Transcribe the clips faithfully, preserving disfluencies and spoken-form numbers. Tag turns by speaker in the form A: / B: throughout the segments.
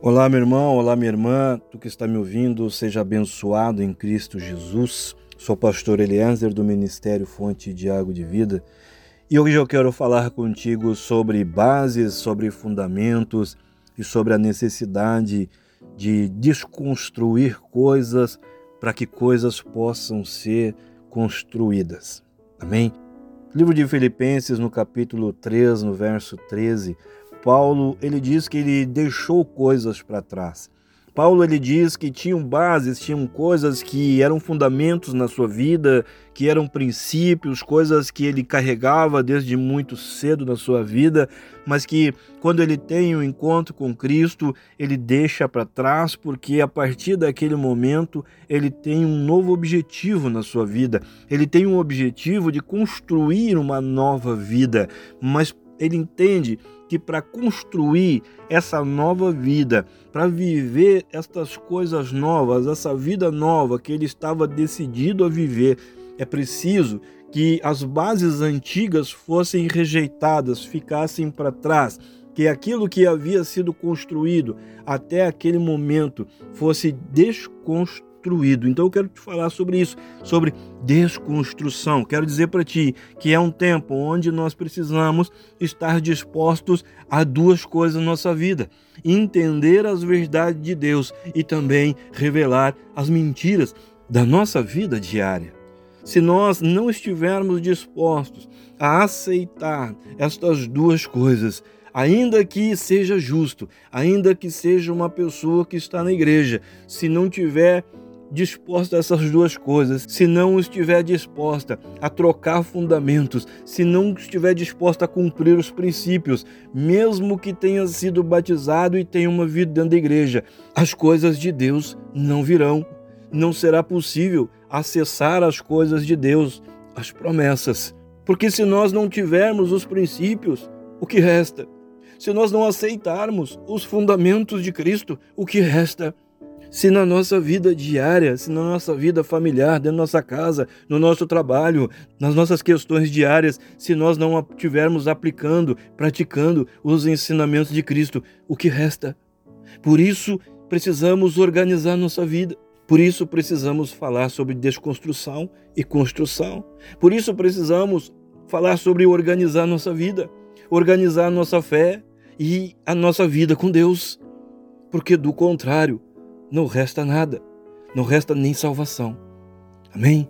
A: Olá, meu irmão, olá, minha irmã, tu que está me ouvindo, seja abençoado em Cristo Jesus. Sou o pastor Eliezer do Ministério Fonte de Água de Vida e hoje eu quero falar contigo sobre bases, sobre fundamentos e sobre a necessidade de desconstruir coisas para que coisas possam ser construídas. Amém? Livro de Filipenses, no capítulo três, no verso treze, Paulo, ele diz que ele deixou coisas para trás. Paulo, ele diz que tinham bases, tinham coisas que eram fundamentos na sua vida, que eram princípios, coisas que ele carregava desde muito cedo na sua vida, mas que quando ele tem um encontro com Cristo, ele deixa para trás, porque a partir daquele momento ele tem um novo objetivo na sua vida. Ele tem um objetivo de construir uma nova vida, mas ele entende que para construir essa nova vida, para viver estas coisas novas, essa vida nova que ele estava decidido a viver, é preciso que as bases antigas fossem rejeitadas, ficassem para trás, que aquilo que havia sido construído até aquele momento fosse desconstruído. Então eu quero te falar sobre isso, sobre desconstrução. Quero dizer para ti que é um tempo onde nós precisamos estar dispostos a duas coisas na nossa vida: entender as verdades de Deus e também revelar as mentiras da nossa vida diária. Se nós não estivermos dispostos a aceitar estas duas coisas, ainda que seja justo, ainda que seja uma pessoa que está na igreja, se não tiver disposta a essas duas coisas, se não estiver disposta a trocar fundamentos, se não estiver disposta a cumprir os princípios, mesmo que tenha sido batizado e tenha uma vida dentro da igreja, as coisas de Deus não virão. Não será possível acessar as coisas de Deus, as promessas. Porque se nós não tivermos os princípios, o que resta? Se nós não aceitarmos os fundamentos de Cristo, o que resta? Se na nossa vida diária, se na nossa vida familiar, dentro da nossa casa, no nosso trabalho, nas nossas questões diárias, se nós não estivermos aplicando, praticando os ensinamentos de Cristo, o que resta? Por isso, precisamos organizar nossa vida. Por isso, precisamos falar sobre desconstrução e construção. Por isso, precisamos falar sobre organizar nossa vida, organizar nossa fé e a nossa vida com Deus. Porque, do contrário, não resta nada, não resta nem salvação. Amém?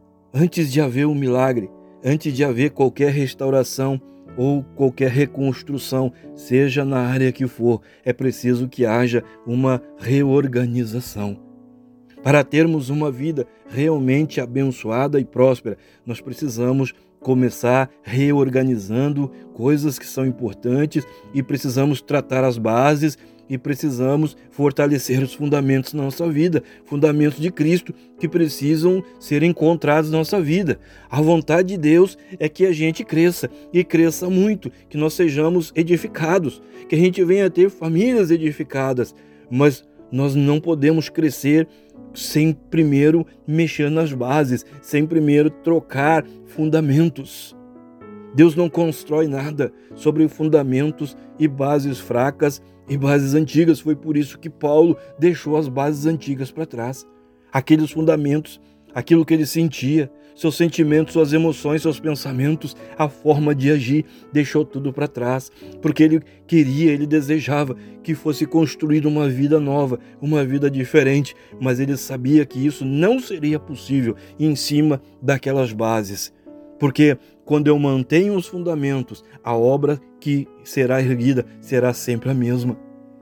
A: Antes de haver um milagre, antes de haver qualquer restauração ou qualquer reconstrução, seja na área que for, é preciso que haja uma reorganização. Para termos uma vida realmente abençoada e próspera, nós precisamos começar reorganizando coisas que são importantes e precisamos tratar as bases e precisamos fortalecer os fundamentos da nossa vida, fundamentos de Cristo que precisam ser encontrados na nossa vida. A vontade de Deus é que a gente cresça e cresça muito, que nós sejamos edificados, que a gente venha a ter famílias edificadas, mas nós não podemos crescer sem primeiro mexer nas bases, sem primeiro trocar fundamentos. Deus não constrói nada sobre fundamentos e bases fracas e bases antigas. Foi por isso que Paulo deixou as bases antigas para trás. Aqueles fundamentos, aquilo que ele sentia, seus sentimentos, suas emoções, seus pensamentos, a forma de agir, deixou tudo para trás, porque ele queria, ele desejava que fosse construída uma vida nova, uma vida diferente, mas ele sabia que isso não seria possível em cima daquelas bases, porque quando eu mantenho os fundamentos, a obra que será erguida será sempre a mesma.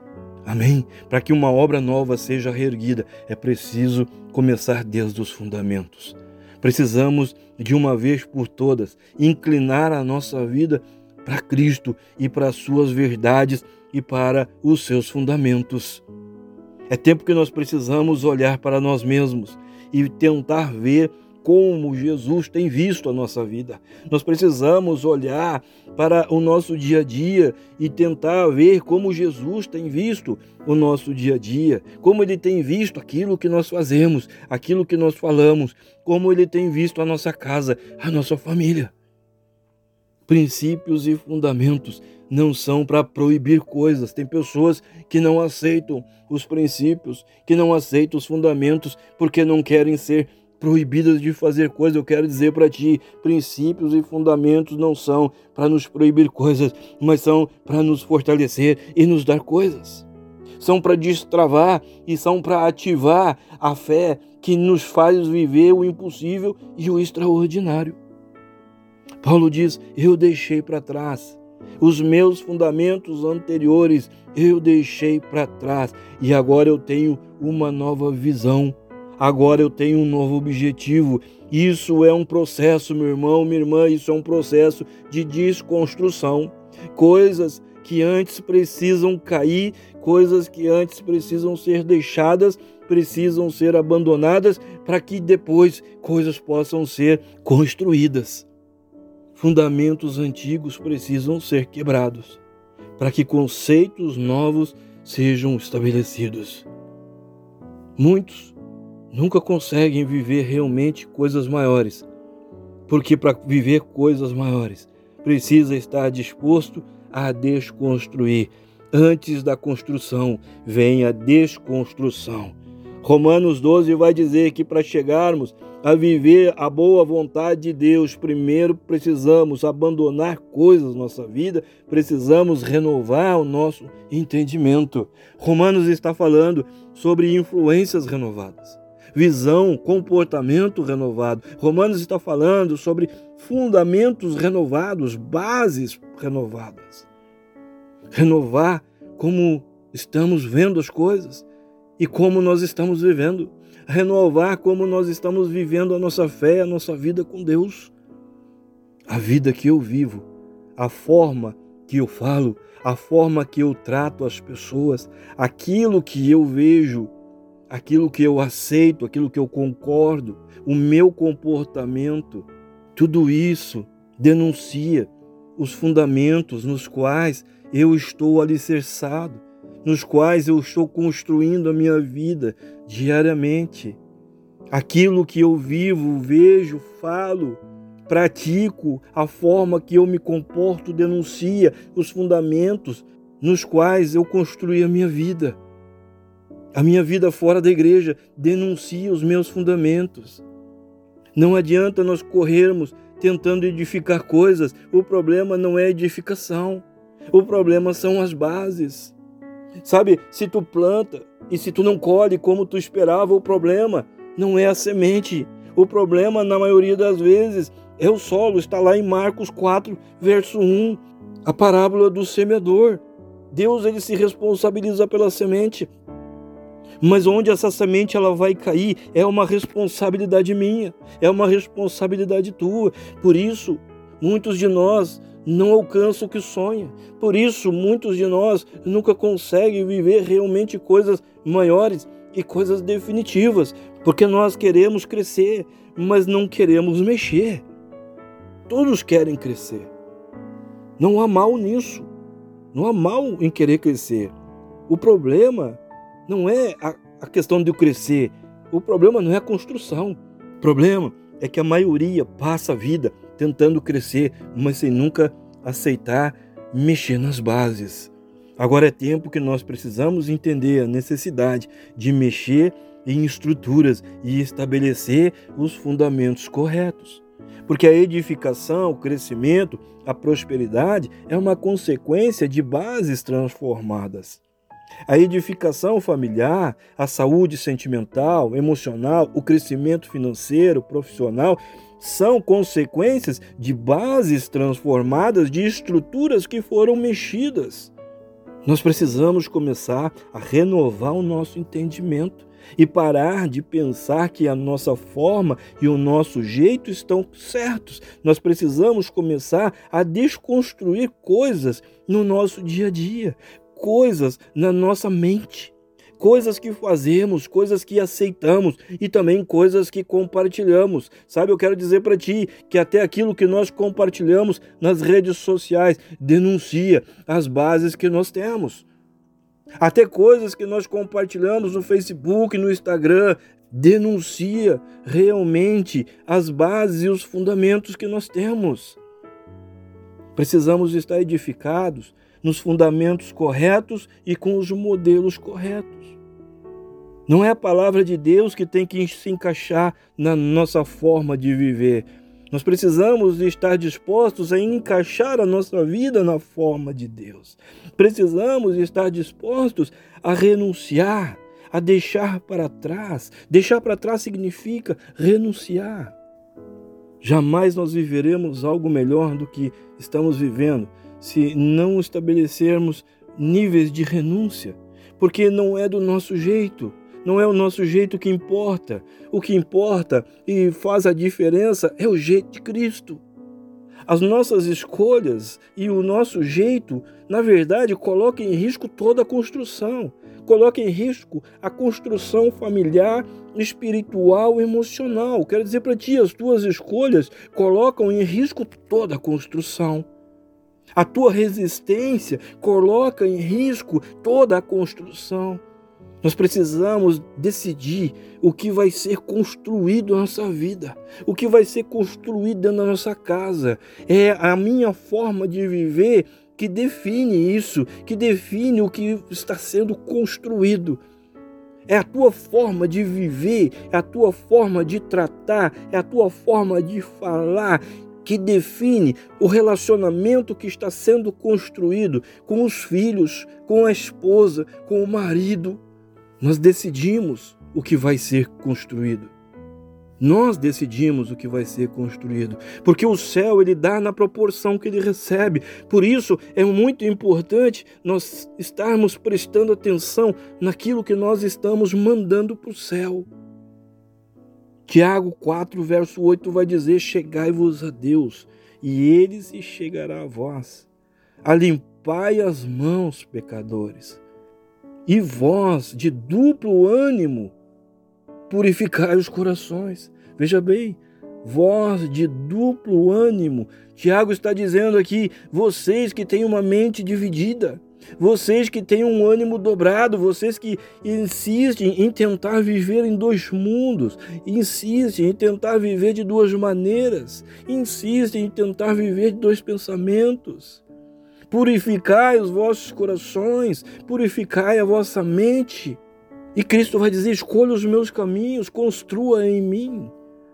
A: Amém? Para que uma obra nova seja reerguida, é preciso começar desde os fundamentos. Precisamos, de uma vez por todas, inclinar a nossa vida para Cristo e para as suas verdades e para os seus fundamentos. É tempo que nós precisamos olhar para nós mesmos e tentar ver como Jesus tem visto a nossa vida. Nós precisamos olhar para o nosso dia a dia e tentar ver como Jesus tem visto o nosso dia a dia, como Ele tem visto aquilo que nós fazemos, aquilo que nós falamos, como Ele tem visto a nossa casa, a nossa família. Princípios e fundamentos não são para proibir coisas. Tem pessoas que não aceitam os princípios, que não aceitam os fundamentos, porque não querem ser proibidas de fazer coisas. Eu quero dizer para ti, princípios e fundamentos não são para nos proibir coisas, mas são para nos fortalecer e nos dar coisas. São para destravar e são para ativar a fé que nos faz viver o impossível e o extraordinário. Paulo diz, eu deixei para trás. Os meus fundamentos anteriores eu deixei para trás e agora eu tenho uma nova visão. Agora eu tenho um novo objetivo. Isso é um processo, meu irmão, minha irmã, isso é um processo de desconstrução. Coisas que antes precisam cair, coisas que antes precisam ser deixadas, precisam ser abandonadas para que depois coisas possam ser construídas. Fundamentos antigos precisam ser quebrados para que conceitos novos sejam estabelecidos. Muitos nunca conseguem viver realmente coisas maiores, porque para viver coisas maiores precisa estar disposto a desconstruir. Antes da construção vem a desconstrução. Romanos doze vai dizer que para chegarmos a viver a boa vontade de Deus, primeiro precisamos abandonar coisas na nossa vida, precisamos renovar o nosso entendimento. Romanos está falando sobre influências renovadas, visão, comportamento renovado. Romanos está falando sobre fundamentos renovados, bases renovadas. Renovar como estamos vendo as coisas e como nós estamos vivendo. Renovar como nós estamos vivendo a nossa fé, a nossa vida com Deus. A vida que eu vivo, a forma que eu falo, a forma que eu trato as pessoas, aquilo que eu vejo, aquilo que eu aceito, aquilo que eu concordo, o meu comportamento, tudo isso denuncia os fundamentos nos quais eu estou alicerçado, nos quais eu estou construindo a minha vida diariamente. Aquilo que eu vivo, vejo, falo, pratico, a forma que eu me comporto denuncia os fundamentos nos quais eu construí a minha vida. A minha vida fora da igreja denuncia os meus fundamentos. Não adianta nós corrermos tentando edificar coisas. O problema não é a edificação. O problema são as bases. Sabe, se tu planta e se tu não colhe como tu esperava, o problema não é a semente. O problema, na maioria das vezes, é o solo. Está lá em Marcos quatro, verso um, a parábola do semeador. Deus, ele se responsabiliza pela semente. Mas onde essa semente ela vai cair é uma responsabilidade minha, é uma responsabilidade tua. Por isso, muitos de nós não alcançam o que sonham. Por isso, muitos de nós nunca conseguem viver realmente coisas maiores e coisas definitivas, porque nós queremos crescer, mas não queremos mexer. Todos querem crescer. Não há mal nisso. Não há mal em querer crescer. O problema não é a, a questão de eu crescer. O problema não é a construção. O problema é que a maioria passa a vida tentando crescer, mas sem nunca aceitar mexer nas bases. Agora é tempo que nós precisamos entender a necessidade de mexer em estruturas e estabelecer os fundamentos corretos. Porque a edificação, o crescimento, a prosperidade é uma consequência de bases transformadas. A edificação familiar, a saúde sentimental, emocional, o crescimento financeiro, profissional, são consequências de bases transformadas, de estruturas que foram mexidas. Nós precisamos começar a renovar o nosso entendimento e parar de pensar que a nossa forma e o nosso jeito estão certos. Nós precisamos começar a desconstruir coisas no nosso dia a dia, coisas na nossa mente, coisas que fazemos, coisas que aceitamos e também coisas que compartilhamos. Sabe, eu quero dizer para ti que até aquilo que nós compartilhamos nas redes sociais denuncia as bases que nós temos. Até coisas que nós compartilhamos no Facebook, no Instagram, denuncia realmente as bases e os fundamentos que nós temos. Precisamos estar edificados nos fundamentos corretos e com os modelos corretos. Não é a palavra de Deus que tem que se encaixar na nossa forma de viver. Nós precisamos estar dispostos a encaixar a nossa vida na forma de Deus. Precisamos estar dispostos a renunciar, a deixar para trás. Deixar para trás significa renunciar. Jamais nós viveremos algo melhor do que estamos vivendo se não estabelecermos níveis de renúncia, porque não é do nosso jeito. Não é o nosso jeito que importa. O que importa e faz a diferença é o jeito de Cristo. As nossas escolhas e o nosso jeito, na verdade, colocam em risco toda a construção. Coloca em risco a construção familiar, espiritual e emocional. Quero dizer para ti, as tuas escolhas colocam em risco toda a construção. A tua resistência coloca em risco toda a construção. Nós precisamos decidir o que vai ser construído na nossa vida, o que vai ser construído dentro da nossa casa. É a minha forma de viver que define isso, que define o que está sendo construído. É a tua forma de viver, é a tua forma de tratar, é a tua forma de falar que define o relacionamento que está sendo construído com os filhos, com a esposa, com o marido. Nós decidimos o que vai ser construído. Nós decidimos o que vai ser construído, porque o céu ele dá na proporção que ele recebe. Por isso é muito importante nós estarmos prestando atenção naquilo que nós estamos mandando para o céu. Tiago quatro, verso oito vai dizer: chegai-vos a Deus, e ele se chegará a vós. Alimpai as mãos, pecadores. E vós, de duplo ânimo, purificai os corações. Veja bem, vós de duplo ânimo. Tiago está dizendo aqui, vocês que têm uma mente dividida, vocês que têm um ânimo dobrado, vocês que insistem em tentar viver em dois mundos, insistem em tentar viver de duas maneiras, insistem em tentar viver de dois pensamentos. Purificai os vossos corações, purificai a vossa mente. E Cristo vai dizer, escolha os meus caminhos, construa em mim.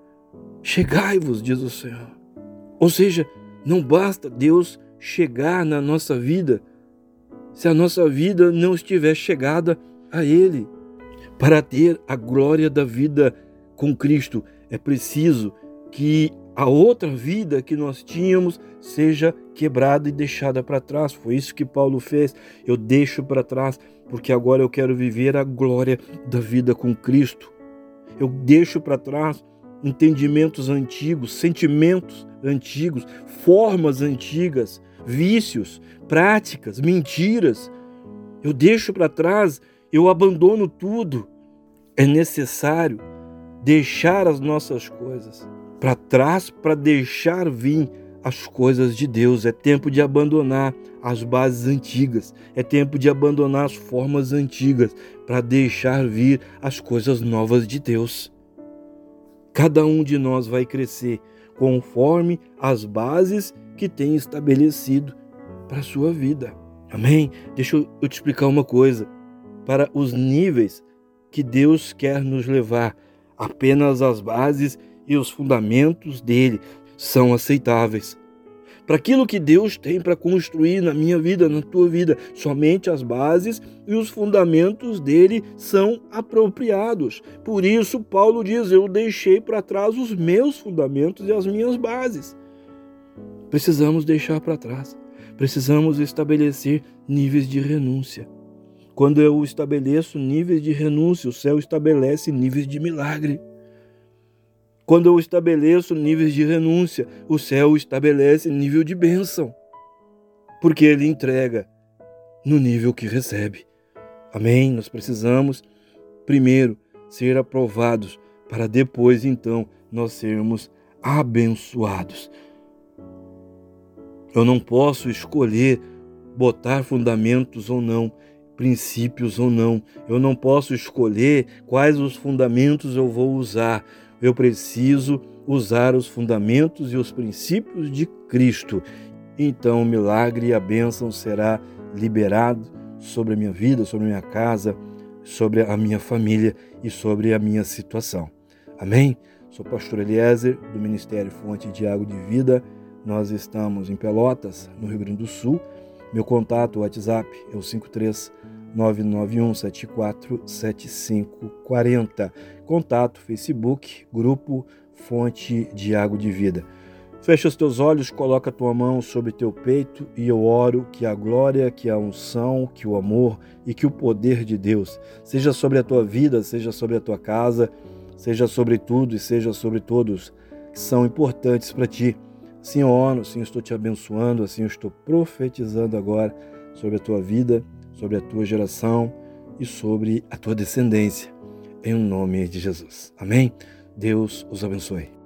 A: Chegai-vos, diz o Senhor. Ou seja, não basta Deus chegar na nossa vida, se a nossa vida não estiver chegada a Ele. Para ter a glória da vida com Cristo, é preciso que a outra vida que nós tínhamos seja quebrada e deixada para trás. Foi isso que Paulo fez. Eu deixo para trás, porque agora eu quero viver a glória da vida com Cristo. Eu deixo para trás entendimentos antigos, sentimentos antigos, formas antigas, vícios, práticas, mentiras. Eu deixo para trás, eu abandono tudo. É necessário deixar as nossas coisas para trás para deixar vir as coisas de Deus. É tempo de abandonar as bases antigas, é tempo de abandonar as formas antigas para deixar vir as coisas novas de Deus. Cada um de nós vai crescer conforme as bases que tem estabelecido para a sua vida. Amém? Deixa eu te explicar uma coisa. Para os níveis que Deus quer nos levar, apenas as bases e os fundamentos dele são aceitáveis. Para aquilo que Deus tem para construir na minha vida, na tua vida, somente as bases e os fundamentos dele são apropriados. Por isso, Paulo diz, eu deixei para trás os meus fundamentos e as minhas bases. Precisamos deixar para trás. Precisamos estabelecer níveis de renúncia. Quando eu estabeleço níveis de renúncia, o céu estabelece níveis de milagre. Quando eu estabeleço níveis de renúncia, o céu estabelece nível de bênção, porque ele entrega no nível que recebe. Amém? Nós precisamos, primeiro, ser aprovados, para depois, então, nós sermos abençoados. Eu não posso escolher botar fundamentos ou não, princípios ou não. Eu não posso escolher quais os fundamentos eu vou usar. Eu preciso usar os fundamentos e os princípios de Cristo. então o milagre e a bênção será liberado sobre a minha vida, sobre a minha casa, sobre a minha família e sobre a minha situação. Amém? Sou o pastor Eliezer, do Ministério Fonte de Água de Vida. Nós estamos em Pelotas, no Rio Grande do Sul. Meu contato, o WhatsApp, é o cinco três nove nove um sete quatro sete cinco quatro zero. Contato, Facebook, Grupo Fonte de Água de Vida. Fecha os teus olhos, coloca a tua mão sobre teu peito e eu oro que a glória, que a unção, que o amor e que o poder de Deus seja sobre a tua vida, seja sobre a tua casa, seja sobre tudo e seja sobre todos que são importantes para ti. Assim eu oro, assim eu estou te abençoando, assim eu estou profetizando agora sobre a tua vida, sobre a tua geração e sobre a tua descendência, em nome de Jesus. Amém? Deus os abençoe.